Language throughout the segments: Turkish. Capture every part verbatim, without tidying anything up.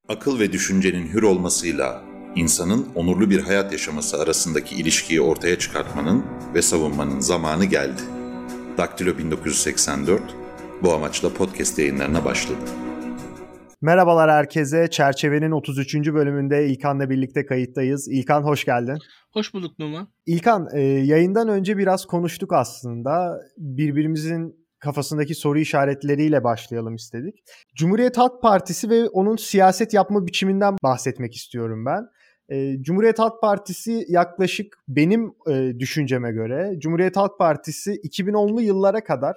Akıl ve düşüncenin hür olmasıyla insanın onurlu bir hayat yaşaması arasındaki ilişkiyi ortaya çıkartmanın ve savunmanın zamanı geldi. Daktilo bin dokuz yüz seksen dört bu amaçla podcast yayınlarına başladı. Merhabalar herkese. Çerçevenin otuz üçüncü bölümünde İlkan'la birlikte kayıttayız. İlkan hoş geldin. Hoş bulduk Numan. İlkan, e, yayından önce biraz konuştuk aslında. Birbirimizin kafasındaki soru işaretleriyle başlayalım istedik. Cumhuriyet Halk Partisi ve onun siyaset yapma biçiminden bahsetmek istiyorum ben. E, Cumhuriyet Halk Partisi yaklaşık benim e, düşünceme göre Cumhuriyet Halk Partisi iki bin onlu yıllara kadar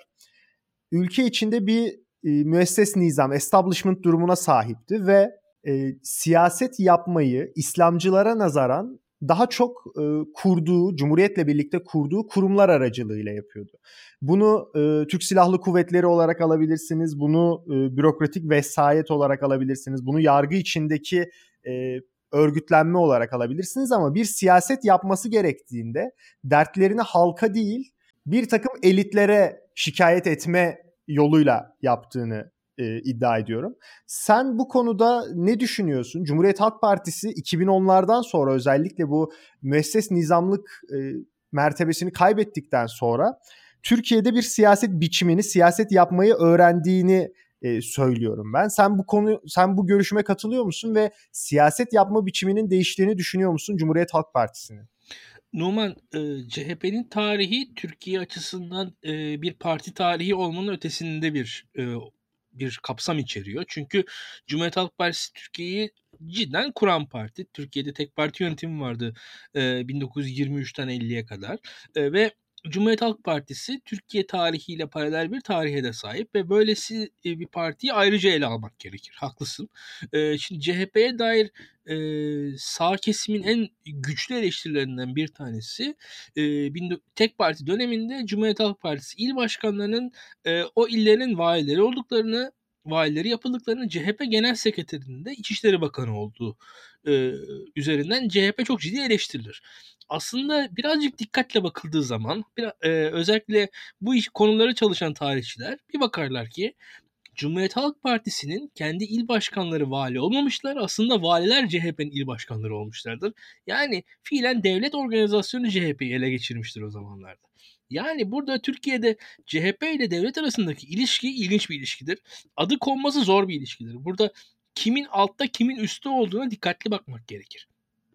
ülke içinde bir e, müesses nizam, establishment durumuna sahipti ve e, siyaset yapmayı İslamcılara nazaran daha çok e, kurduğu, Cumhuriyet'le birlikte kurduğu kurumlar aracılığıyla yapıyordu. Bunu e, Türk Silahlı Kuvvetleri olarak alabilirsiniz, bunu e, bürokratik vesayet olarak alabilirsiniz, bunu yargı içindeki e, örgütlenme olarak alabilirsiniz ama bir siyaset yapması gerektiğinde dertlerini halka değil, bir takım elitlere şikayet etme yoluyla yaptığını e, iddia ediyorum. Sen bu konuda ne düşünüyorsun? Cumhuriyet Halk Partisi iki bin onlardan sonra özellikle bu müesses nizamlık e, mertebesini kaybettikten sonra Türkiye'de bir siyaset biçimini, siyaset yapmayı öğrendiğini e, söylüyorum ben. Sen bu konu, sen bu görüşüme katılıyor musun ve siyaset yapma biçiminin değiştiğini düşünüyor musun Cumhuriyet Halk Partisi'nin? Numan, e, C H P'nin tarihi Türkiye açısından e, bir parti tarihi olmanın ötesinde bir e, bir kapsam içeriyor. Çünkü Cumhuriyet Halk Partisi Türkiye'yi cidden kuran parti. Türkiye'de tek parti yönetimi vardı e, bin dokuz yüz yirmi üçten elliye kadar E, ve Cumhuriyet Halk Partisi Türkiye tarihiyle paralel bir tarihe de sahip ve böylesi e, bir partiyi ayrıca ele almak gerekir. Haklısın. E, şimdi C H P'ye dair e, sağ kesimin en güçlü eleştirilerinden bir tanesi e, bin, tek parti döneminde Cumhuriyet Halk Partisi il başkanlarının e, o illerin valileri olduklarını, valileri yapıldıklarını, C H P Genel Sekreterinin de İçişleri Bakanı olduğu e, üzerinden C H P çok ciddi eleştirilir. Aslında birazcık dikkatle bakıldığı zaman biraz, e, özellikle bu iş konuları çalışan tarihçiler bir bakarlar ki Cumhuriyet Halk Partisi'nin kendi il başkanları vali olmamışlar. Aslında valiler C H P'nin il başkanları olmuşlardır. Yani fiilen devlet organizasyonu C H P'yi ele geçirmiştir o zamanlarda. Yani burada Türkiye'de C H P ile devlet arasındaki ilişki ilginç bir ilişkidir. Adı konması zor bir ilişkidir. Burada kimin altta kimin üstte olduğuna dikkatli bakmak gerekir.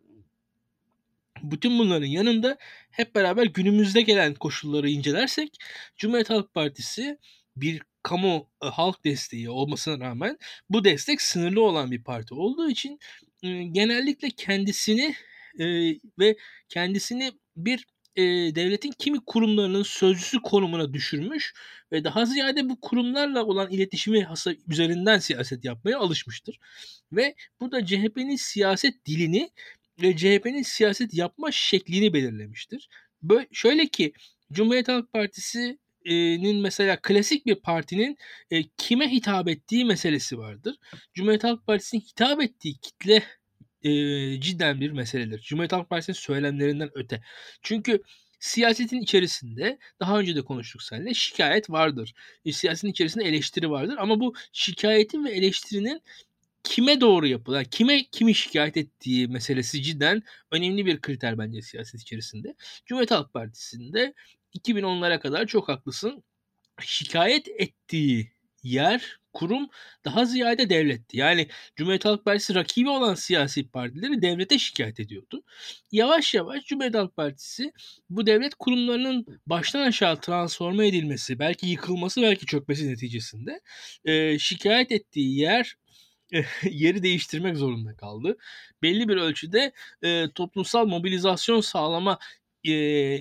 Bütün bunların yanında hep beraber günümüzde gelen koşulları incelersek Cumhuriyet Halk Partisi bir kamu e, halk desteği olmasına rağmen bu destek sınırlı olan bir parti olduğu için e, genellikle kendisini e, ve kendisini bir e, devletin kimi kurumlarının sözcüsü konumuna düşürmüş ve daha ziyade bu kurumlarla olan iletişimi hasa- üzerinden siyaset yapmaya alışmıştır. Ve bu da C H P'nin siyaset dilini ve C H P'nin siyaset yapma şeklini belirlemiştir. Böyle, şöyle ki Cumhuriyet Halk Partisi'nin mesela klasik bir partinin e, kime hitap ettiği meselesi vardır. Cumhuriyet Halk Partisi'nin hitap ettiği kitle e, cidden bir meseledir. Cumhuriyet Halk Partisi'nin söylemlerinden öte. Çünkü siyasetin içerisinde daha önce de konuştuk seninle şikayet vardır. E, siyasetin içerisinde eleştiri vardır ama bu şikayetin ve eleştirinin kime doğru yapılan, kime kimi şikayet ettiği meselesi cidden önemli bir kriter bence siyaset içerisinde. Cumhuriyet Halk Partisi'nde iki bin onlara kadar çok haklısın. Şikayet ettiği yer, kurum daha ziyade devletti. Yani Cumhuriyet Halk Partisi rakibi olan siyasi partileri devlete şikayet ediyordu. Yavaş yavaş Cumhuriyet Halk Partisi bu devlet kurumlarının baştan aşağı transforme edilmesi, belki yıkılması, belki çökmesi neticesinde e, şikayet ettiği yer yeri değiştirmek zorunda kaldı. Belli bir ölçüde e, toplumsal mobilizasyon sağlama e,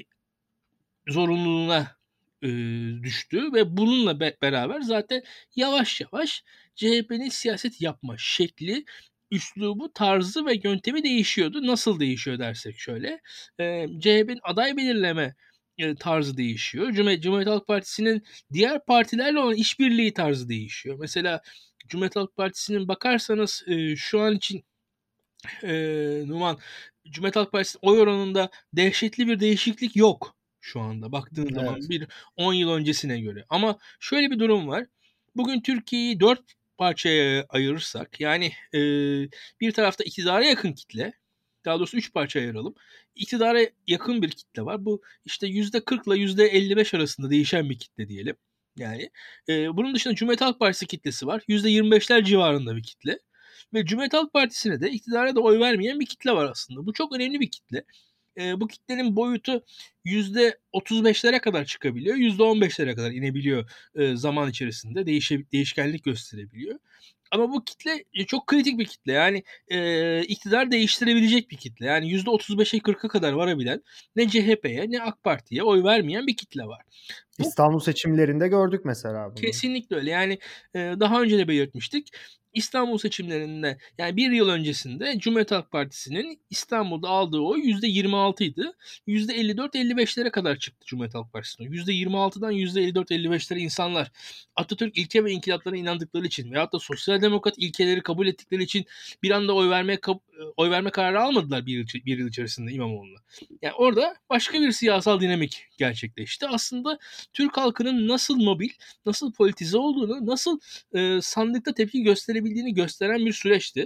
zorunluluğuna e, düştü ve bununla be- beraber zaten yavaş yavaş C H P'nin siyaset yapma şekli, üslubu, tarzı ve yöntemi değişiyordu. Nasıl değişiyor dersek şöyle. E, C H P'nin aday belirleme e, tarzı değişiyor. Cumhuriyet, Cumhuriyet Halk Partisi'nin diğer partilerle olan işbirliği tarzı değişiyor. Mesela Cumhuriyet Halk Partisi'nin bakarsanız e, şu an için e, Numan, Cumhuriyet Halk Partisi'nin oy oranında dehşetli bir değişiklik yok şu anda baktığın zaman Evet. bir on yıl öncesine göre. Ama şöyle bir durum var. Bugün Türkiye'yi dört parçaya ayırırsak, yani e, bir tarafta iktidara yakın kitle, daha doğrusu üç parça ayıralım. İktidara yakın bir kitle var. Bu işte yüzde kırk ile yüzde elli beş arasında değişen bir kitle diyelim. Yani e, bunun dışında Cumhuriyet Halk Partisi kitlesi var. yüzde yirmi beşler civarında bir kitle. Ve Cumhuriyet Halk Partisi'ne de, iktidara da oy vermeyen bir kitle var aslında. Bu çok önemli bir kitle. E, bu kitlenin boyutu yüzde otuz beşlere kadar çıkabiliyor. yüzde on beşlere kadar inebiliyor e, zaman içerisinde. Değişe, değişkenlik gösterebiliyor. Ama bu kitle e, çok kritik bir kitle. Yani e, iktidar değiştirebilecek bir kitle. Yani yüzde otuz beşe kırka kadar varabilen, ne C H P'ye ne AK Parti'ye oy vermeyen bir kitle var. Bu İstanbul seçimlerinde gördük mesela bunu. kesinlikle öyle. Yani e, daha önce de belirtmiştik. İstanbul seçimlerinde, yani bir yıl öncesinde Cumhuriyet Halk Partisi'nin İstanbul'da aldığı oy yüzde yirmi altı idi. yüzde elli dört elli beşlere kadar çıktı Cumhuriyet Halk Partisi'nin. yüzde yirmi altıdan yüzde elli dört elli beşlere insanlar Atatürk ilke ve inkılaplarına inandıkları için veyahut da sosyal demokrat ilkeleri kabul ettikleri için bir anda oy vermeye oy verme kararı almadılar bir yıl, bir yıl içerisinde İmamoğlu'na. Yani orada başka bir siyasal dinamik gerçekleşti. Aslında Türk halkının nasıl mobil, nasıl politize olduğunu, nasıl e, sandıkta tepki gösterebildiğini gösteren bir süreçti.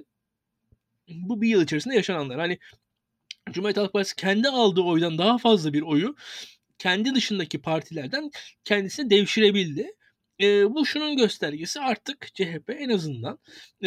Bu bir yıl içerisinde yaşananlar. Hani Cumhuriyet Halk Partisi kendi aldığı oydan daha fazla bir oyu kendi dışındaki partilerden kendisine devşirebildi. E, bu şunun göstergesi, artık C H P en azından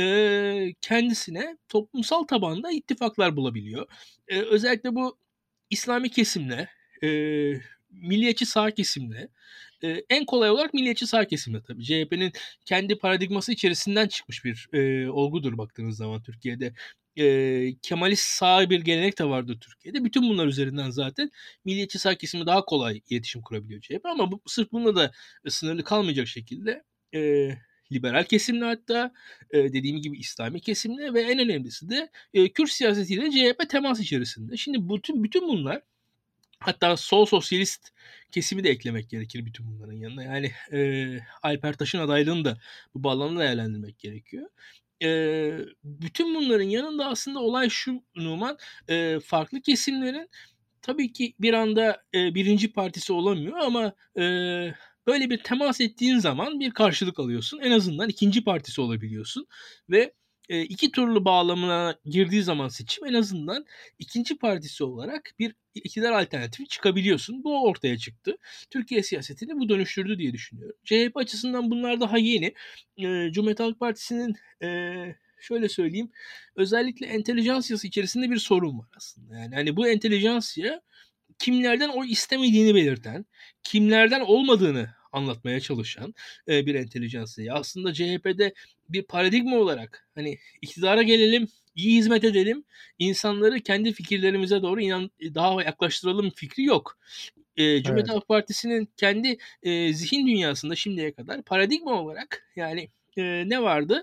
e, kendisine toplumsal tabanda ittifaklar bulabiliyor. E, özellikle bu İslami kesimle, e, milliyetçi sağ kesimle, e, en kolay olarak milliyetçi sağ kesimle tabii. C H P'nin kendi paradigması içerisinden çıkmış bir e, olgudur baktığınız zaman Türkiye'de. E, Kemalist sağ bir gelenek de vardı Türkiye'de. Bütün bunlar üzerinden zaten milliyetçi sağ kesimi daha kolay iletişim kurabiliyor C H P, ama bu, sırf bununla da sınırlı kalmayacak şekilde e, liberal kesimle, hatta e, dediğim gibi İslami kesimle ve en önemlisi de e, Kürt siyasetiyle C H P temas içerisinde. Şimdi bütün bütün bunlar, hatta sol sosyalist kesimi de eklemek gerekir bütün bunların yanına. Yani e, Alper Taş'ın adaylığını da bu bağlamda değerlendirmek gerekiyor. E, bütün bunların yanında aslında olay şu Numan, e, farklı kesimlerin tabii ki bir anda e, birinci partisi olamıyor, ama e, böyle bir temas ettiğin zaman bir karşılık alıyorsun. En azından ikinci partisi olabiliyorsun ve e, iki turlu bağlamına girdiği zaman seçim, en azından ikinci partisi olarak bir iktidar alternatifi çıkabiliyorsun. Bu ortaya çıktı. Türkiye siyasetini bu dönüştürdü diye düşünüyorum. C H P açısından bunlar daha yeni. E, Cumhuriyet Halk Partisi'nin e, şöyle söyleyeyim, özellikle entelijansiyası içerisinde bir sorun var aslında. Yani hani bu entelijansiya kimlerden oy istemediğini belirten, kimlerden olmadığını anlatmaya çalışan e, bir entelijansiya. Aslında C H P'de bir paradigma olarak hani iktidara gelelim, iyi hizmet edelim, insanları kendi fikirlerimize doğru inan daha yaklaştıralım fikri yok. E, Cumhuriyet Evet. Halk Partisi'nin kendi e, zihin dünyasında şimdiye kadar paradigma olarak, yani e, ne vardı?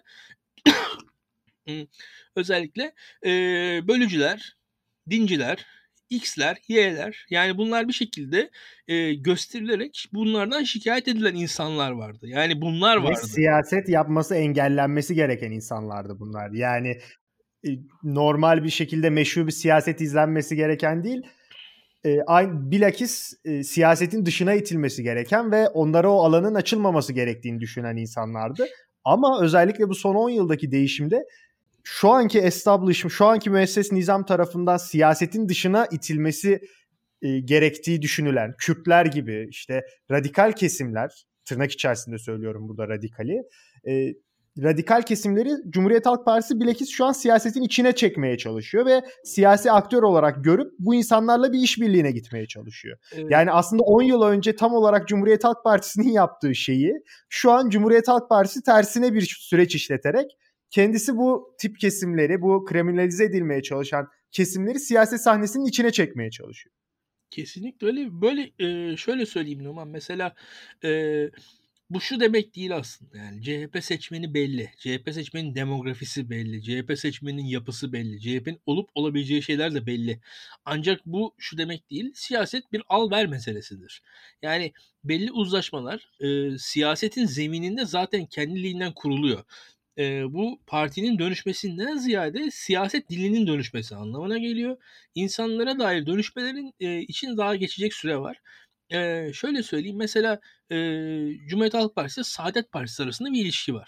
Özellikle e, bölücüler, dinciler, X'ler, Y'ler, yani bunlar bir şekilde e, gösterilerek bunlardan şikayet edilen insanlar vardı. Yani bunlar Ve vardı. siyaset yapması engellenmesi gereken insanlardı bunlar. Yani e, normal bir şekilde meşru bir siyaset izlenmesi gereken değil, e, aynı bilakis e, siyasetin dışına itilmesi gereken ve onlara o alanın açılmaması gerektiğini düşünen insanlardı. Ama özellikle bu son on yıldaki değişimde şu anki establishment, şu anki müesses nizam tarafından siyasetin dışına itilmesi e, gerektiği düşünülen Kürtler gibi işte radikal kesimler, tırnak içerisinde söylüyorum burada radikali, e, radikal kesimleri Cumhuriyet Halk Partisi bilakis şu an siyasetin içine çekmeye çalışıyor ve siyasi aktör olarak görüp bu insanlarla bir işbirliğine gitmeye çalışıyor. Evet. Yani aslında on yıl önce tam olarak Cumhuriyet Halk Partisi'nin yaptığı şeyi şu an Cumhuriyet Halk Partisi tersine bir süreç işleterek kendisi bu tip kesimleri, bu kriminalize edilmeye çalışan kesimleri siyaset sahnesinin içine çekmeye çalışıyor. Kesinlikle öyle. Böyle e, şöyle söyleyeyim Numan. Mesela e, bu şu demek değil aslında. Yani C H P seçmeni belli. C H P seçmenin demografisi belli. C H P seçmenin yapısı belli. C H P'nin olup olabileceği şeyler de belli. Ancak bu şu demek değil. Siyaset bir al ver meselesidir. Yani belli uzlaşmalar e, siyasetin zemininde zaten kendiliğinden kuruluyor. E, bu partinin dönüşmesinden ziyade siyaset dilinin dönüşmesi anlamına geliyor. İnsanlara dair dönüşmelerin e, için daha geçecek süre var. E, şöyle söyleyeyim, mesela e, Cumhuriyet Halk Partisi ile Saadet Partisi arasında bir ilişki var.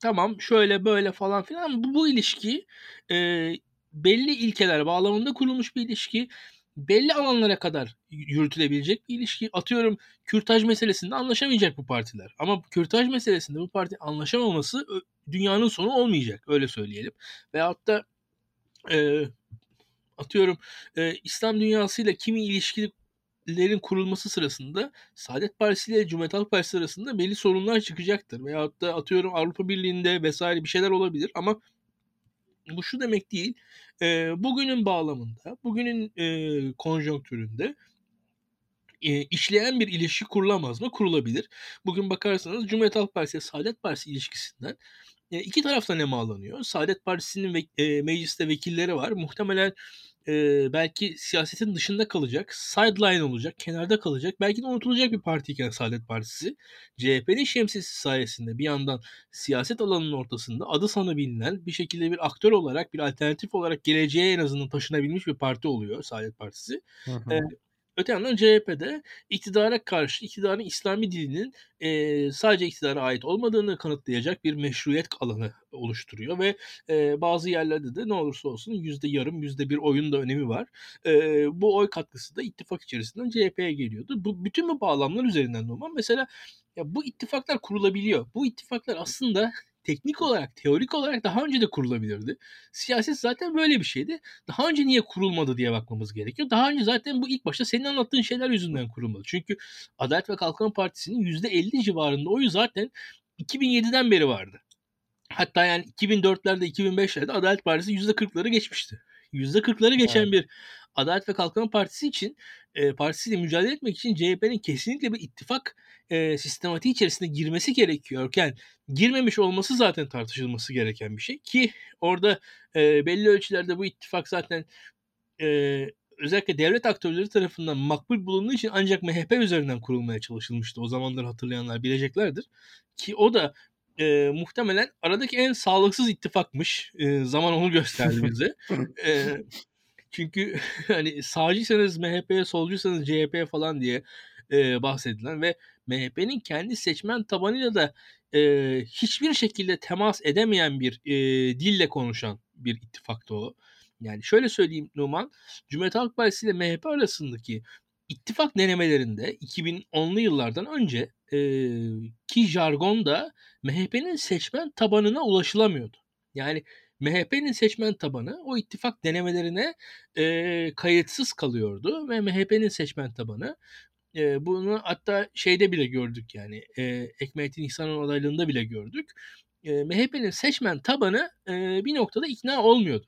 tamam şöyle böyle falan filan ama bu, bu ilişki e, belli ilkeler bağlamında kurulmuş bir ilişki. Belli alanlara kadar yürütülebilecek bir ilişki. Atıyorum kürtaj meselesinde anlaşamayacak bu partiler. Ama kürtaj meselesinde bu parti anlaşamaması dünyanın sonu olmayacak. Öyle söyleyelim. Veyahut da e, atıyorum e, İslam dünyasıyla kimi ilişkilerin kurulması sırasında Saadet Partisi ile Cumhuriyet Halk Partisi arasında belli sorunlar çıkacaktır. Veyahut da atıyorum Avrupa Birliği'nde vesaire bir şeyler olabilir ama bu şu demek değil. E, bugünün bağlamında, bugünün e, konjonktüründe e, işleyen bir ilişki kurulamaz mı? Kurulabilir. Bugün bakarsanız Cumhuriyet Halk Partisi ile Saadet Partisi ilişkisinden e, iki taraftan nemalanıyor. Saadet Partisi'nin ve, e, mecliste vekilleri var. Muhtemelen e, belki siyasetin dışında kalacak, sideline olacak, kenarda kalacak, belki de unutulacak bir partiyken Saadet Partisi, C H P'nin şemsiyesi sayesinde bir yandan siyaset alanının ortasında adı sanı bilinen bir şekilde bir aktör olarak, bir alternatif olarak geleceğe en azından taşınabilmiş bir parti oluyor Saadet Partisi. Hı hı. E, Öte yandan C H P'de iktidara karşı, iktidarın İslami dilinin e, sadece iktidara ait olmadığını kanıtlayacak bir meşruiyet alanı oluşturuyor ve e, bazı yerlerde de ne olursa olsun yüzde yarım, yüzde bir oyun da önemi var. E, bu oy katkısı da ittifak içerisinden C H P'ye geliyordu. Bu, bütün bu bağlamlar üzerinden Numan mesela ya bu ittifaklar kurulabiliyor. Bu ittifaklar aslında teknik olarak, teorik olarak daha önce de kurulabilirdi. Siyaset zaten böyle bir şeydi. Daha önce niye kurulmadı diye bakmamız gerekiyor. Daha önce zaten bu ilk başta senin anlattığın şeyler yüzünden kurulmadı. Çünkü Adalet ve Kalkınma Partisi'nin yüzde elli civarında oyu zaten iki bin yediden beri vardı. Hatta yani iki bin dörtlerde, iki bin beşlerde Adalet Partisi yüzde kırkları geçmişti. yüzde kırkları geçen Evet. bir Adalet ve Kalkınma Partisi için e, partisiyle mücadele etmek için C H P'nin kesinlikle bir ittifak e, sistematiği içerisine girmesi gerekiyorken girmemiş olması zaten tartışılması gereken bir şey ki orada e, belli ölçülerde bu ittifak zaten e, özellikle devlet aktörleri tarafından makbul bulunduğu için ancak M H P üzerinden kurulmaya çalışılmıştı. O zamanları hatırlayanlar bileceklerdir. Ki o da e, muhtemelen aradaki en sağlıksız ittifakmış. E, zaman onu gösterdi bize. E, çünkü hani sağcıysanız M H P'ye, solcuysanız C H P'ye falan diye e, bahsedilen ve M H P'nin kendi seçmen tabanıyla da e, hiçbir şekilde temas edemeyen bir e, dille konuşan bir ittifaktı o. Yani şöyle söyleyeyim Numan, Cumhuriyet Halk Partisi ile M H P arasındaki ittifak denemelerinde iki bin onlu yıllardan önce e, ki jargonda M H P'nin seçmen tabanına ulaşılamıyordu. Yani M H P'nin seçmen tabanı o ittifak denemelerine e, kayıtsız kalıyordu ve M H P'nin seçmen tabanı e, bunu hatta şeyde bile gördük yani e, Ekmelettin İhsan'ın adaylığında bile gördük. E, M H P'nin seçmen tabanı e, bir noktada ikna olmuyordu.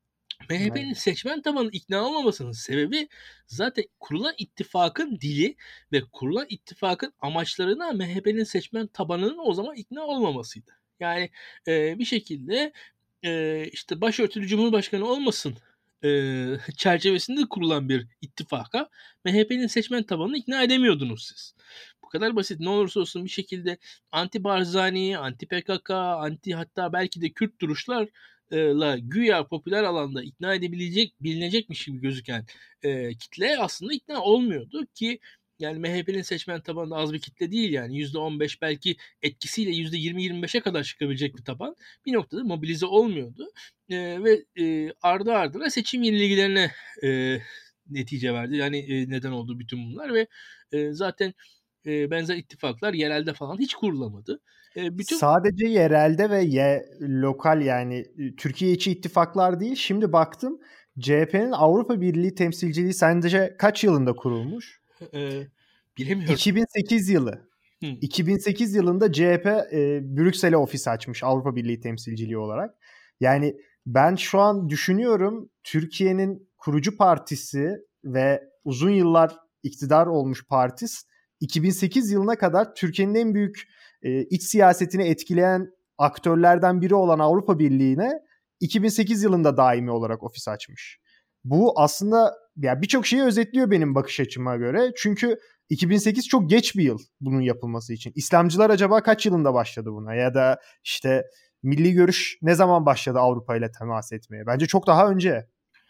M H P'nin seçmen tabanı ikna olmamasının sebebi zaten kurulan ittifakın dili ve kurulan ittifakın amaçlarına M H P'nin seçmen tabanının o zaman ikna olmamasıydı. Yani e, bir şekilde e, işte başörtülü cumhurbaşkanı olmasın e, çerçevesinde kurulan bir ittifaka M H P'nin seçmen tabanını ikna edemiyordunuz siz. Bu kadar basit. Ne olursa olsun bir şekilde anti Barzani, anti P K K, anti hatta belki de Kürt duruşlar la güya popüler alanda ikna edebilecek, bilinecekmiş gibi gözüken e, kitle aslında ikna olmuyordu ki yani M H P'nin seçmen tabanı az bir kitle değil yani yüzde on beş belki etkisiyle yüzde yirmi yirmi beşe kadar çıkabilecek bir taban bir noktada mobilize olmuyordu e, ve e, ardı ardına seçim yenilgilerine e, netice verdi. Yani e, neden oldu bütün bunlar ve e, zaten e, benzer ittifaklar yerelde falan hiç kurulamadı. E, bütün Sadece yerelde ve ye, lokal yani Türkiye içi ittifaklar değil. Şimdi baktım C H P'nin Avrupa Birliği temsilciliği sence kaç yılında kurulmuş? e, bilemiyorum. iki bin sekiz yılı. Hı. iki bin sekiz yılında C H P e, Brüksel'e ofis açmış Avrupa Birliği temsilciliği olarak. Yani ben şu an düşünüyorum Türkiye'nin kurucu partisi ve uzun yıllar iktidar olmuş parti iki bin sekiz yılına kadar Türkiye'nin en büyük e, iç siyasetini etkileyen aktörlerden biri olan Avrupa Birliği'ne iki bin sekiz yılında daimi olarak ofis açmış. Bu aslında ya birçok şeyi özetliyor benim bakış açıma göre. Çünkü iki bin sekiz çok geç bir yıl bunun yapılması için. İslamcılar acaba kaç yılında başladı buna? Ya da işte milli görüş ne zaman başladı Avrupa ile temas etmeye? Bence çok daha önce.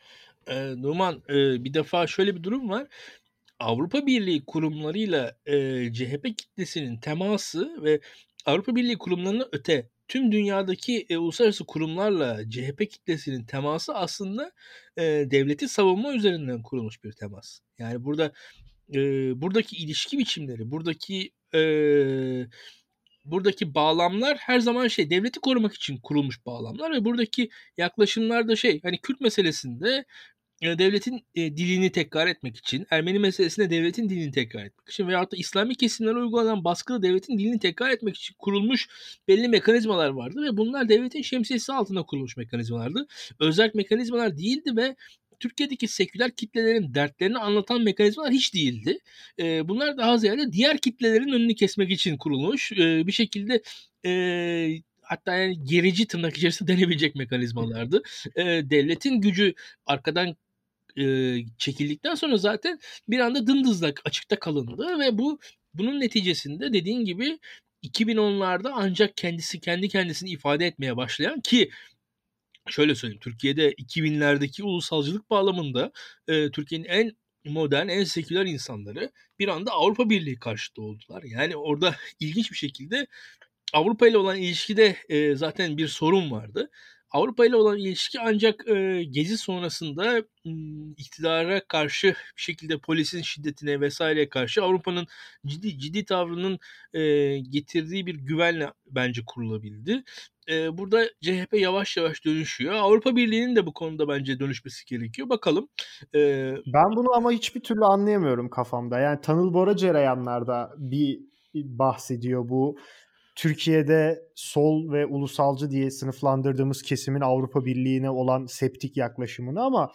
Ee, Numan e, bir defa şöyle bir durum var. Avrupa Birliği kurumlarıyla e, C H P kitlesinin teması ve Avrupa Birliği kurumlarına öte tüm dünyadaki e, uluslararası kurumlarla C H P kitlesinin teması aslında e, devleti savunma üzerinden kurulmuş bir temas. Yani burada e, buradaki ilişki biçimleri, buradaki e, buradaki bağlamlar her zaman şey devleti korumak için kurulmuş bağlamlar ve buradaki yaklaşımlar da şey hani Kürt meselesinde e, devletin e, dilini tekrar etmek için, Ermeni meselesinde devletin dilini tekrar etmek için veyahut da İslami kesimlere uygulanan baskıda devletin dilini tekrar etmek için kurulmuş belli mekanizmalar vardı ve bunlar devletin şemsiyesi altında kurulmuş mekanizmalardı. Özerk mekanizmalar değildi ve Türkiye'deki seküler kitlelerin dertlerini anlatan mekanizmalar hiç değildi. E, bunlar daha ziyade diğer kitlelerin önünü kesmek için kurulmuş. E, bir şekilde e, hatta yani gerici tırnak içerisinde denebilecek mekanizmalardı. E, devletin gücü arkadan e, çekildikten sonra zaten bir anda dımdızlak açıkta kalındı ve bu bunun neticesinde dediğin gibi iki bin onlarda ancak kendisi kendi kendisini ifade etmeye başlayan ki şöyle söyleyeyim Türkiye'de iki binlerdeki ulusalcılık bağlamında e, Türkiye'nin en modern, en seküler insanları bir anda Avrupa Birliği karşıtı oldular. Yani orada ilginç bir şekilde Avrupa ile olan ilişkide e, zaten bir sorun vardı. Avrupa ile olan ilişki ancak e, Gezi sonrasında m, iktidara karşı bir şekilde polisin şiddetine vesaireye karşı Avrupa'nın ciddi ciddi tavrının e, getirdiği bir güvenle bence kurulabildi. E, burada C H P yavaş yavaş dönüşüyor. Avrupa Birliği'nin de bu konuda bence dönüşmesi gerekiyor. Bakalım. E, Ben bunu ama hiçbir türlü anlayamıyorum kafamda. Yani Tanıl Bora cereyanlarda bir bahsediyor bu. Türkiye'de sol ve ulusalcı diye sınıflandırdığımız kesimin Avrupa Birliği'ne olan septik yaklaşımını ama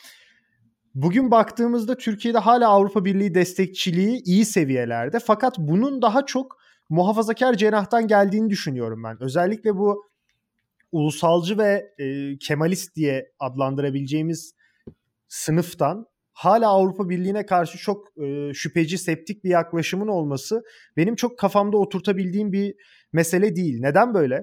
bugün baktığımızda Türkiye'de hala Avrupa Birliği destekçiliği iyi seviyelerde. Fakat bunun daha çok muhafazakar cenahtan geldiğini düşünüyorum ben. Özellikle bu ulusalcı ve e, Kemalist diye adlandırabileceğimiz sınıftan hala Avrupa Birliği'ne karşı çok e, şüpheci, septik bir yaklaşımın olması benim çok kafamda oturtabildiğim bir mesele değil. Neden böyle?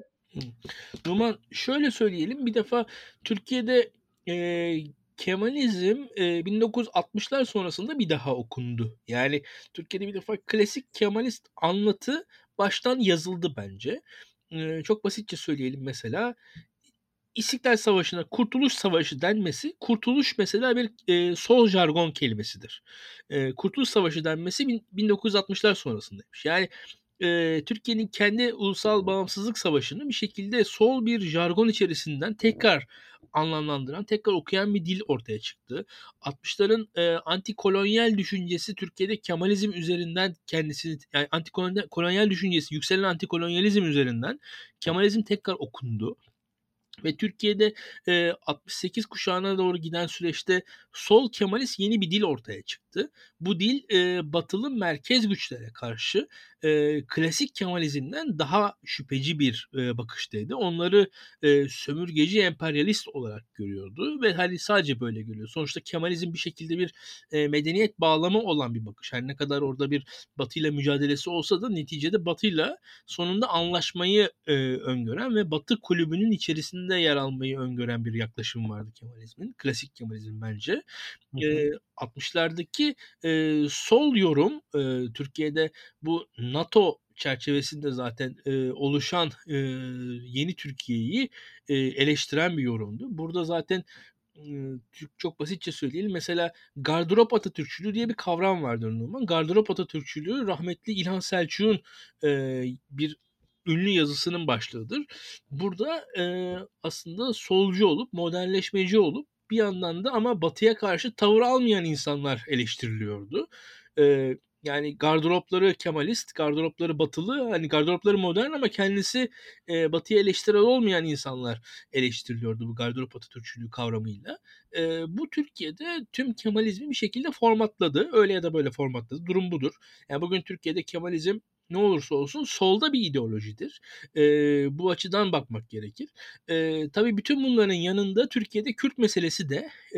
Numan şöyle söyleyelim bir defa Türkiye'de e, Kemalizm e, bin dokuz yüz altmışlar sonrasında bir daha okundu. Yani Türkiye'de bir defa klasik Kemalist anlatı baştan yazıldı bence. E, çok basitçe söyleyelim mesela İstiklal Savaşı'na Kurtuluş Savaşı denmesi, Kurtuluş mesela bir e, sol jargon kelimesidir. E, Kurtuluş Savaşı denmesi bin- 1960'lar sonrasındaymış. Yani e, Türkiye'nin kendi ulusal bağımsızlık savaşını bir şekilde sol bir jargon içerisinden tekrar anlamlandıran, tekrar okuyan bir dil ortaya çıktı. altmışların e, antikolonyal düşüncesi Türkiye'de Kemalizm üzerinden kendisini, yani antikolonyal kolonyal düşüncesi, yükselen antikolonyalizm üzerinden Kemalizm tekrar okundu. Ve Türkiye'de e, altmış sekiz kuşağına doğru giden süreçte sol Kemalist yeni bir dil ortaya çıktı. Bu dil e, batılı merkez güçlere karşı e, klasik Kemalizmden daha şüpheci bir e, bakıştaydı. Onları e, sömürgeci emperyalist olarak görüyordu ve hani sadece böyle görüyor. Sonuçta Kemalizm bir şekilde bir e, medeniyet bağlamı olan bir bakış. Her ne kadar orada bir Batı'yla mücadelesi olsa da neticede Batı'yla sonunda anlaşmayı e, öngören ve Batı kulübünün içerisinde yer almayı öngören bir yaklaşım vardı Kemalizmin. Klasik Kemalizm bence. Hı hı. E, altmışlardaki e, sol yorum e, Türkiye'de bu NATO çerçevesinde zaten e, oluşan e, yeni Türkiye'yi e, eleştiren bir yorumdu. Burada zaten çok basitçe söyleyelim. Mesela gardırop Atatürkçülüğü diye bir kavram vardır Numan. Gardırop Atatürkçülüğü rahmetli İlhan Selçuk'un e, bir ünlü yazısının başlığıdır. Burada e, aslında solcu olup, modernleşmeci olup bir yandan da ama batıya karşı tavır almayan insanlar eleştiriliyordu. E, yani gardıropları Kemalist, gardıropları batılı, hani gardıropları modern ama kendisi e, batıya eleştirel olmayan insanlar eleştiriliyordu bu gardırop Atatürkçülüğü kavramıyla. E, bu Türkiye'de tüm Kemalizmi bir şekilde formatladı. Öyle ya da böyle formatladı. Durum budur. Yani bugün Türkiye'de Kemalizm ne olursa olsun solda bir ideolojidir. E, bu açıdan bakmak gerekir. E, tabii bütün bunların yanında Türkiye'de Kürt meselesi de e,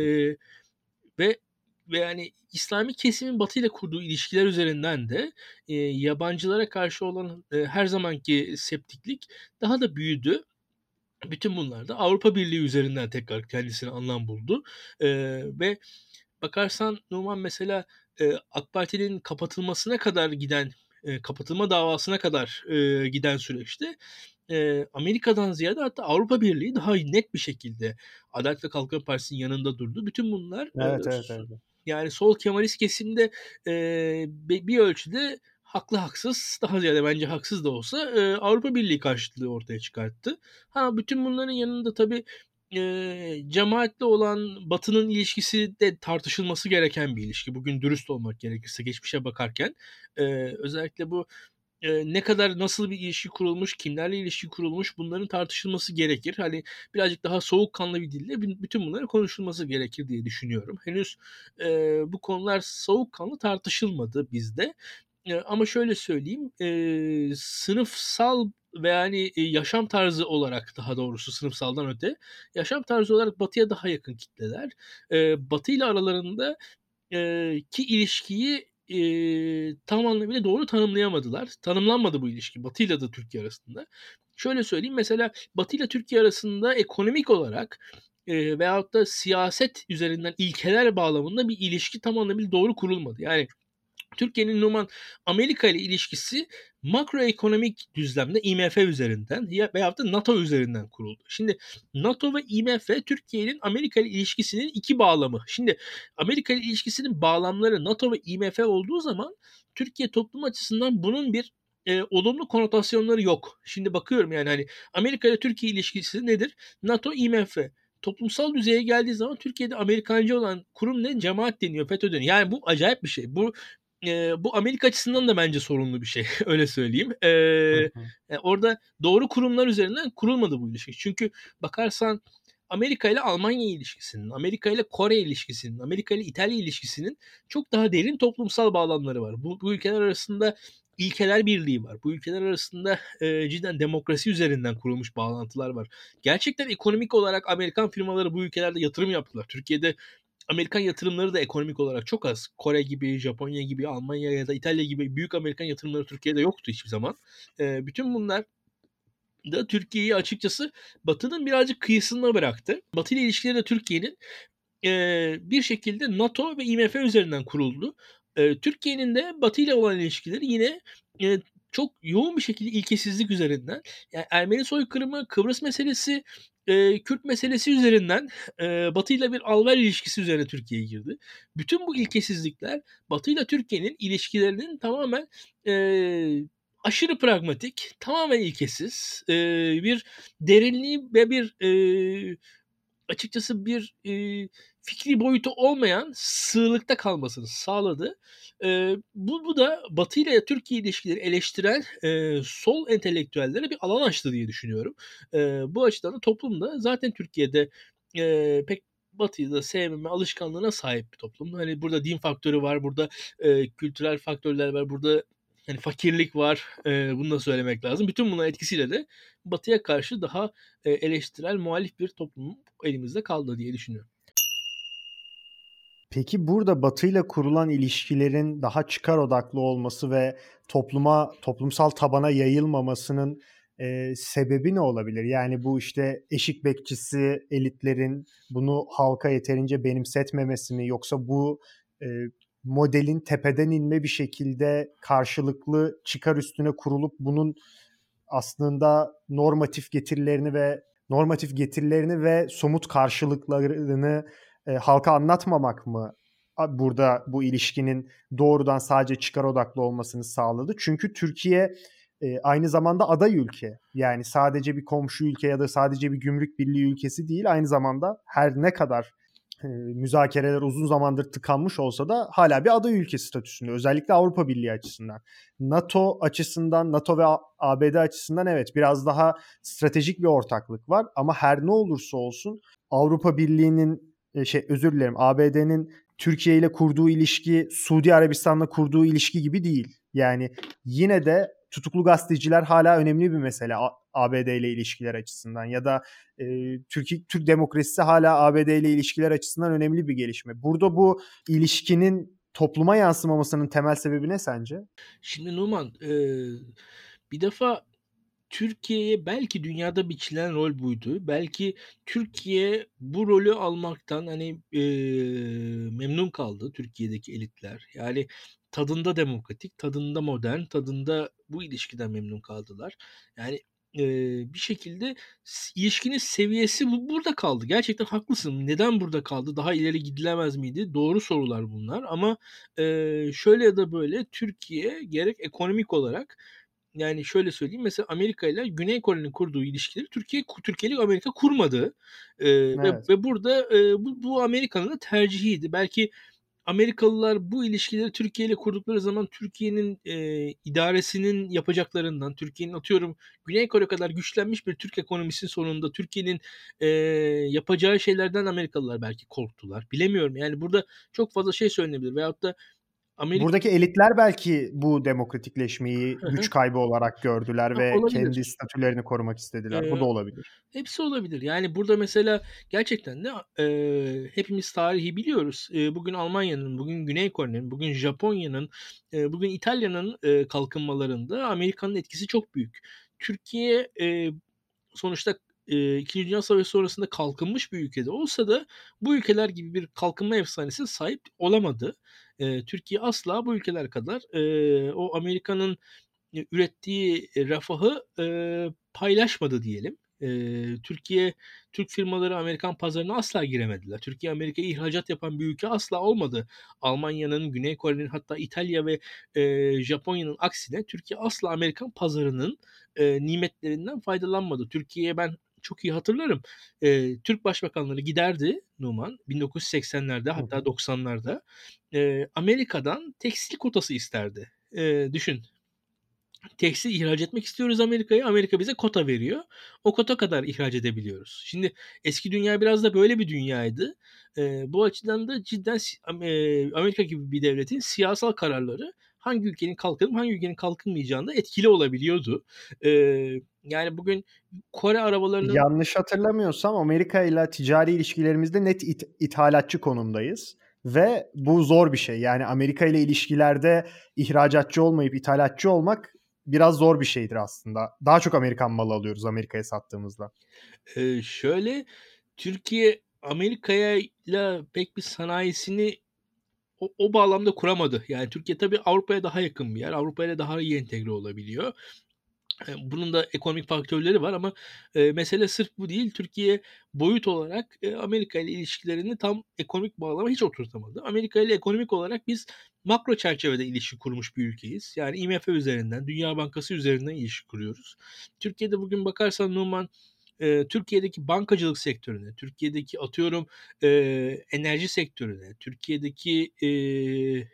ve ve yani İslami kesimin Batı ile kurduğu ilişkiler üzerinden de e, yabancılara karşı olan e, her zamanki septiklik daha da büyüdü. Bütün bunlar da Avrupa Birliği üzerinden tekrar kendisine anlam buldu. E, ve bakarsan Numan mesela e, AK Parti'nin kapatılmasına kadar giden e, kapatılma davasına kadar e, giden süreçte eee, Amerika'dan ziyade hatta Avrupa Birliği daha net bir şekilde Adalet ve Kalkınma Partisi'nin yanında durdu. Bütün bunlar, eee, Evet, evet, s evet. yani sol Kemalist kesimde, eee, be bir ölçüde haklı haksız, daha ziyade bence haksız da olsa, eee, Avrupa Birliği karşıtlığı ortaya çıkarttı. Ha, bütün bunların yanında tabii, eee, cemaatle olan Batı'nın ilişkisi de tartışılması gereken bir ilişki. Bugün dürüst olmak gerekirse geçmişe bakarken, eee, özellikle bu, eee, ne kadar, nasıl bir ilişki kurulmuş, kimlerle ilişki kurulmuş bunların tartışılması gerekir. Hani, birazcık daha soğukkanlı bir dille bin bütün bunların konuşulması gerekir diye düşünüyorum. Henüz, eee, bu konular soğukkanlı tartışılmadı bizde. Eee, ama şöyle söyleyeyim, eee, sınıfsal ve, hani, eee, yaşam tarzı olarak daha doğrusu sınıfsaldan öte, yaşam tarzı olarak Batı'ya daha yakın kitleler. Eee, Batı ile aralarında eee, ki ilişkiyi, eee, tam anlamıyla doğru tanımlayamadılar. Tanımlanmadı bu ilişki Batı ile de Türkiye arasında. Şöyle söyleyeyim, mesela Batı ile Türkiye arasında ekonomik olarak, eee, veyahut da siyaset üzerinden ilkeler bağlamında bir ilişki tam anlamıyla doğru kurulmadı. Yani Türkiye'nin Numan Amerika ile ilişkisi makroekonomik düzlemde I M F üzerinden ya veyahut da NATO üzerinden kuruldu. Şimdi NATO ve I M F Türkiye'nin Amerika ile ilişkisinin iki bağlamı. Şimdi Amerika ile ilişkisinin bağlamları NATO ve I M F olduğu zaman Türkiye toplumu açısından bunun bir, eee, olumlu konotasyonları yok. Şimdi bakıyorum, yani, hani, Amerika ile Türkiye ilişkisi nedir? NATO, I M F. Toplumsal düzeye geldiği zaman Türkiye'de Amerikancı olan kurum ne? Cemaat deniyor, FETÖ deniyor. Yani bu acayip bir şey. Bu Eee, bu Amerika açısından da bence sorunlu bir şey, öyle söyleyeyim. Hı Eee, hı. ya, orada doğru kurumlar üzerinden kurulmadı bu ilişki. Çünkü bakarsan Amerika ile Almanya ilişkisinin, Amerika ile Kore ilişkisinin, Amerika ile İtalya ilişkisinin çok daha derin toplumsal bağlamları var. Bu bu ülkeler arasında ilkeler birliği var. Bu ülkeler arasında, eee, cidden demokrasi üzerinden kurulmuş bağlantılar var. Gerçekten ekonomik olarak Amerikan firmaları bu ülkelerde yatırım yaptılar. Türkiye'de Amerikan yatırımları da ekonomik olarak çok az. Kore gibi, Japonya gibi, Almanya ya da İtalya gibi büyük Amerikan yatırımları Türkiye'de yoktu hiçbir zaman. Eee, bütün bunlar da Türkiye'yi açıkçası Batı'nın birazcık kıyısına bıraktı. Batı ile ilişkileri de Türkiye'nin eee, bir şekilde NATO ve I M F üzerinden kuruldu. Eee, Türkiye'nin de Batı ile olan ilişkileri yine, eee, çok yoğun bir şekilde ilkesizlik üzerinden, yani Ermeni soykırımı, Kıbrıs meselesi, eee, Kürt meselesi üzerinden, eee, Batı ile bir al-ver ilişkisi üzerine Türkiye girdi. Bütün bu ilkesizlikler Batı ile Türkiye'nin ilişkilerinin tamamen, eee, aşırı pragmatik, tamamen ilkesiz, eee, bir derinliği ve bir, eee açıkçası bir, eee, fikri boyutu olmayan sığlıkta kalmasını sağladı. Eee, bu bu da Batı ile Türkiye ilişkileri eleştiren, eee, sol entelektüellere bir alan açtı diye düşünüyorum. Eee, bu açıdan da toplum da zaten Türkiye'de, eee, pek Batı'yı da sevmeme alışkanlığına sahip bir toplum. Hani, burada din faktörü var, burada, eee, kültürel faktörler var, burada, hani, fakirlik var. Eee, bunu da söylemek lazım. Bütün bunların etkisiyle de Batı'ya karşı daha, eee, eleştirel, muhalif bir toplum elimizde kaldı diye düşünüyorum. Peki burada Batı'yla kurulan ilişkilerin daha çıkar odaklı olması ve topluma, toplumsal tabana yayılmamasının eee, sebebi ne olabilir? Yani bu işte eşik bekçisi elitlerin bunu halka yeterince benimsetmemesi mi, yoksa bu eee, modelin tepeden inme bir şekilde karşılıklı çıkar üstüne kurulup bunun aslında normatif getirilerini ve normatif getirilerini ve somut karşılıklarını e, halka anlatmamak mı a- burada bu ilişkinin doğrudan sadece çıkar odaklı olmasını sağladı? Çünkü Türkiye e, aynı zamanda aday ülke. Yani sadece bir komşu ülke ya da sadece bir gümrük birliği ülkesi değil. Aynı zamanda her ne kadar e, müzakereler uzun zamandır tıkanmış olsa da hala bir aday ülke statüsünde. Özellikle Avrupa Birliği açısından. NATO açısından, NATO ve A B D açısından evet biraz daha stratejik bir ortaklık var, ama her ne olursa olsun Avrupa Birliği'nin e, şey özür dilerim A B D'nin Türkiye ile kurduğu ilişki Suudi Arabistan'la kurduğu ilişki gibi değil. Yani yine de tutuklu gazeteciler hala önemli bir mesele A B D ile ilişkiler açısından, ya da e, Türkiye Türk demokrasisi hala A B D ile ilişkiler açısından önemli bir gelişme. Burada bu ilişkinin topluma yansımamasının temel sebebi ne sence? Şimdi Numan, eee, bir defa Türkiye'ye belki dünyada biçilen rol buydu. Belki Türkiye bu rolü almaktan, hani, eee, memnun kaldı Türkiye'deki elitler. Yani tadında demokratik, tadında modern, tadında bu ilişkiden memnun kaldılar. Yani eee, bir şekilde s ilişkinin seviyesi bu burada kaldı. Gerçekten haklısın. Neden burada kaldı? Daha ileri gidilemez miydi? Doğru sorular bunlar ama, eee, şöyle ya da böyle Türkiye gerek ekonomik olarak, yani şöyle söyleyeyim, mesela Amerika ile Güney Kore'nin kurduğu ilişkileri Türkiye ku Türkiye ile Amerika kurmadı. Eee, ve Evet. ve burada, eee, bu bu Amerika'nın da tercihiydi. Belki Amerikalılar bu ilişkileri Türkiye ile kurdukları zaman Türkiye'nin, eee, idaresinin yapacaklarından, Türkiye'nin atıyorum Güney Kore kadar güçlenmiş bir Türk ekonomisinin sonunda Türkiye'nin, eee, yapacağı şeylerden Amerikalılar belki korktular. Bilemiyorum, yani burada çok fazla şey söylenebilir veyahut da Amerika. Buradaki elitler belki bu demokratikleşmeyi Hı güç hı. kaybı olarak gördüler Ha, ve kendi olabilir. statülerini korumak istediler. Bu Eee da olabilir. Hepsi olabilir. Yani, burada mesela gerçekten de, eee, hepimiz tarihi biliyoruz. Eee, bugün Almanya'nın, bugün Güney Kore'nin, bugün Japonya'nın, eee, bugün İtalya'nın, eee, kalkınmalarında Amerika'nın etkisi çok büyük. Türkiye, eee, sonuçta, eee, ikinci. Dünya Savaşı sonrasında kalkınmış bir ülkede olsa da bu ülkeler gibi bir kalkınma efsanesine sahip olamadı. Eee, Türkiye asla bu ülkeler kadar, eee, o Amerika'nın Eee, ürettiği, eee, refahı, eee, paylaşmadı diyelim. Eee, Türkiye, Türk firmaları Amerikan pazarına asla giremediler. Türkiye, Amerika'ya ihracat yapan bir ülke asla olmadı. Almanya'nın, Güney Kore'nin hatta İtalya ve, eee, Japonya'nın aksine Türkiye asla Amerikan pazarının, eee, nimetlerinden faydalanmadı. Türkiye'ye ben çok iyi hatırlarım. Eee, Türk başbakanları giderdi Numan bin dokuz yüz seksenlerde Hı hatta hı. doksanlarda, eee, Amerika'dan tekstil kotası isterdi. Eee, düşün. Tekstil ihraç etmek istiyoruz Amerika'ya. Amerika bize kota veriyor. O kota kadar ihraç edebiliyoruz. Şimdi eski dünya biraz da böyle bir dünyaydı. Eee, bu açıdan da cidden si am eee, Amerika gibi bir devletin siyasal kararları hangi ülkenin kalkınıp hangi ülkenin kalkınmayacağında etkili olabiliyordu. Eee, yani bugün Kore arabalarının. Yanlış hatırlamıyorsam Amerika ile ticari ilişkilerimizde net it ithalatçı konumdayız ve bu zor bir şey. Yani Amerika ile ilişkilerde ihracatçı olmayıp ithalatçı olmak biraz zor bir şeydir aslında. Daha çok Amerikan malı alıyoruz Amerika'ya sattığımızda. Eee, şöyle, Türkiye Amerika'yla pek bir sanayisini o o bağlamda kuramadı. Yani Türkiye tabii Avrupa'ya daha yakın bir yer. Avrupa'yla daha iyi entegre olabiliyor. Eee, bunun da ekonomik faktörleri var ama, eee, mesele sırf bu değil. Türkiye boyut olarak, eee, Amerika ile ilişkilerini tam ekonomik bağlama hiç oturtamadı. Amerika ile ekonomik olarak biz makro çerçevede ilişki kurmuş bir ülkeyiz. Yani I M F üzerinden, Dünya Bankası üzerinden ilişki kuruyoruz. Türkiye'de bugün bakarsan Numan, eee, Türkiye'deki bankacılık sektörüne, Türkiye'deki atıyorum, eee, enerji sektörüne, Türkiye'deki, eee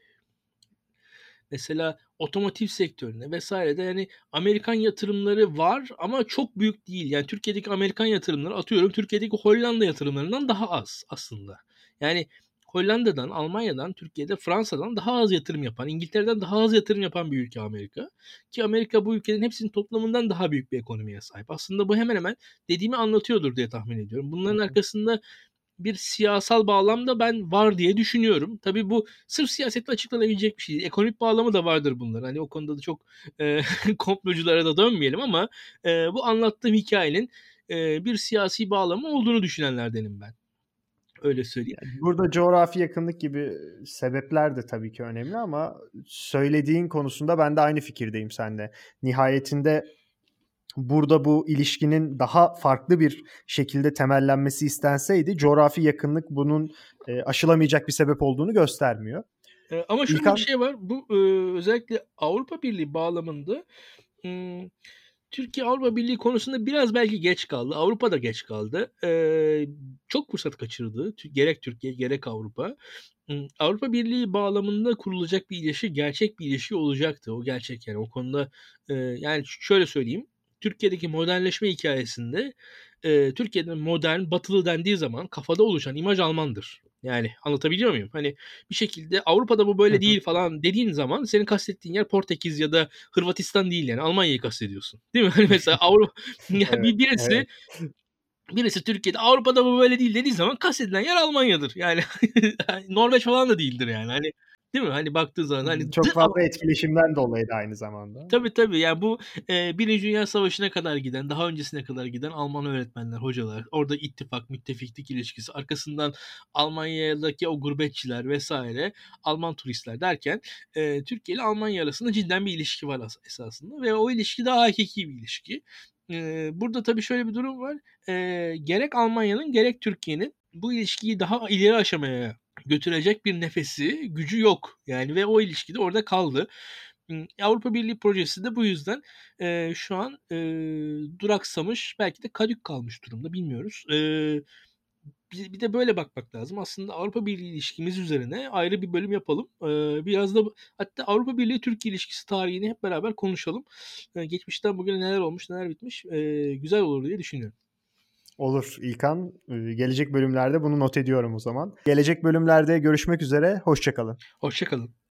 mesela otomotiv sektörüne vesaire de yani Amerikan yatırımları var ama çok büyük değil. Yani Türkiye'deki Amerikan yatırımları atıyorum Türkiye'deki Hollanda yatırımlarından daha az aslında. Yani Hollanda'dan, Almanya'dan, Türkiye'de Fransa'dan daha az yatırım yapan, İngiltere'den daha az yatırım yapan bir ülke Amerika. Ki Amerika bu ülkelerin hepsinin toplamından daha büyük bir ekonomiye sahip. Aslında bu hemen hemen dediğimi anlatıyordur diye tahmin ediyorum. Hı Bunların hı. arkasında bir siyasal bağlam da ben var diye düşünüyorum. Tabii bu sırf siyasetle açıklanabilecek bir şey değil. Ekonomik bağlamı da vardır bunların. Hani o konuda da çok, eee, komploculara da dönmeyelim ama, eee, bu anlattığım hikâyenin, eee, bir siyasi bağlamı olduğunu düşünenlerdenim ben. Öyle söyleyeyim. Burada coğrafi yakınlık gibi sebepler de tabii ki önemli ama söylediğin konusunda ben de aynı fikirdeyim seninle. Nihayetinde burada bu ilişkinin daha farklı bir şekilde temellenmesi istenseydi coğrafi yakınlık bunun, eee, aşılamayacak bir sebep olduğunu göstermiyor. Eee, ama şöyle bir İlkan. şey var. Bu, ııı, özellikle Avrupa Birliği bağlamında, ımm, Türkiye Avrupa Birliği konusunda biraz belki geç kaldı. Avrupa da geç kaldı. Eee, çok fırsat kaçırdı. Tü gerek Türkiye gerek Avrupa. Imm, Avrupa Birliği bağlamında kurulacak bir ilişki gerçek bir ilişki olacaktı. O gerçek yani. O konuda, eee, yani ş şöyle söyleyeyim. Türkiye'deki modernleşme hikâyesinde, eee, Türkiye'de modern, batılı dendiği zaman kafada oluşan imaj Almandır. Yani anlatabiliyor muyum? Hani bir şekilde Avrupa'da bu Hı böyle hı. değil falan dediğin zaman senin kastettiğin yer Portekiz ya da Hırvatistan değil yani Almanya'yı kastediyorsun. Değil mi? Hani mesela Avrupa ya Evet, bir birisi evet. birisi Türkiye'de Avrupa'da bu böyle değil dediği zaman kastedilen yer Almanya'dır. Yani Norveç falan da değildir yani. Hani değil mi? Hani baktığın zaman hani The Çok fazla etkileşimden dolayı da aynı zamanda. Tabii, tabii. Yani bu, eee, birinci. Dünya Savaşı'na kadar giden, daha öncesine kadar giden Alman öğretmenler, hocalar, orada ittifak, müttefiklik ilişkisi, arkasından Almanya'daki o gurbetçiler vesaire, Alman turistler derken, eee, Türkiye ile Almanya arasında cidden bir ilişki var as esasında ve o ilişki de hakiki bir ilişki. Eee, burada tabii şöyle bir durum var. Eee, gerek Almanya'nın gerek Türkiye'nin bu ilişkiyi daha ileri aşamaya götürecek bir nefesi, gücü yok. Yani ve o ilişki de orada kaldı. Imm, Avrupa Birliği projesi de bu yüzden, eee, şu an, eee, duraksamış, belki de kadük kalmış durumda, bilmiyoruz. Eee, bir bir de böyle bakmak lazım. Aslında Avrupa Birliği ilişkimiz üzerine ayrı bir bölüm yapalım. Eee, biraz da bu hatta Avrupa Birliği-Türkiye ilişkisi tarihini hep beraber konuşalım. Eee, geçmişten bugüne neler olmuş, neler bitmiş, eee, güzel olur diye düşünüyorum. Olur İlkan. Ee, Gelecek bölümlerde bunu not ediyorum o zaman. Gelecek bölümlerde görüşmek üzere. Hoşça kalın. Hoşça kalın.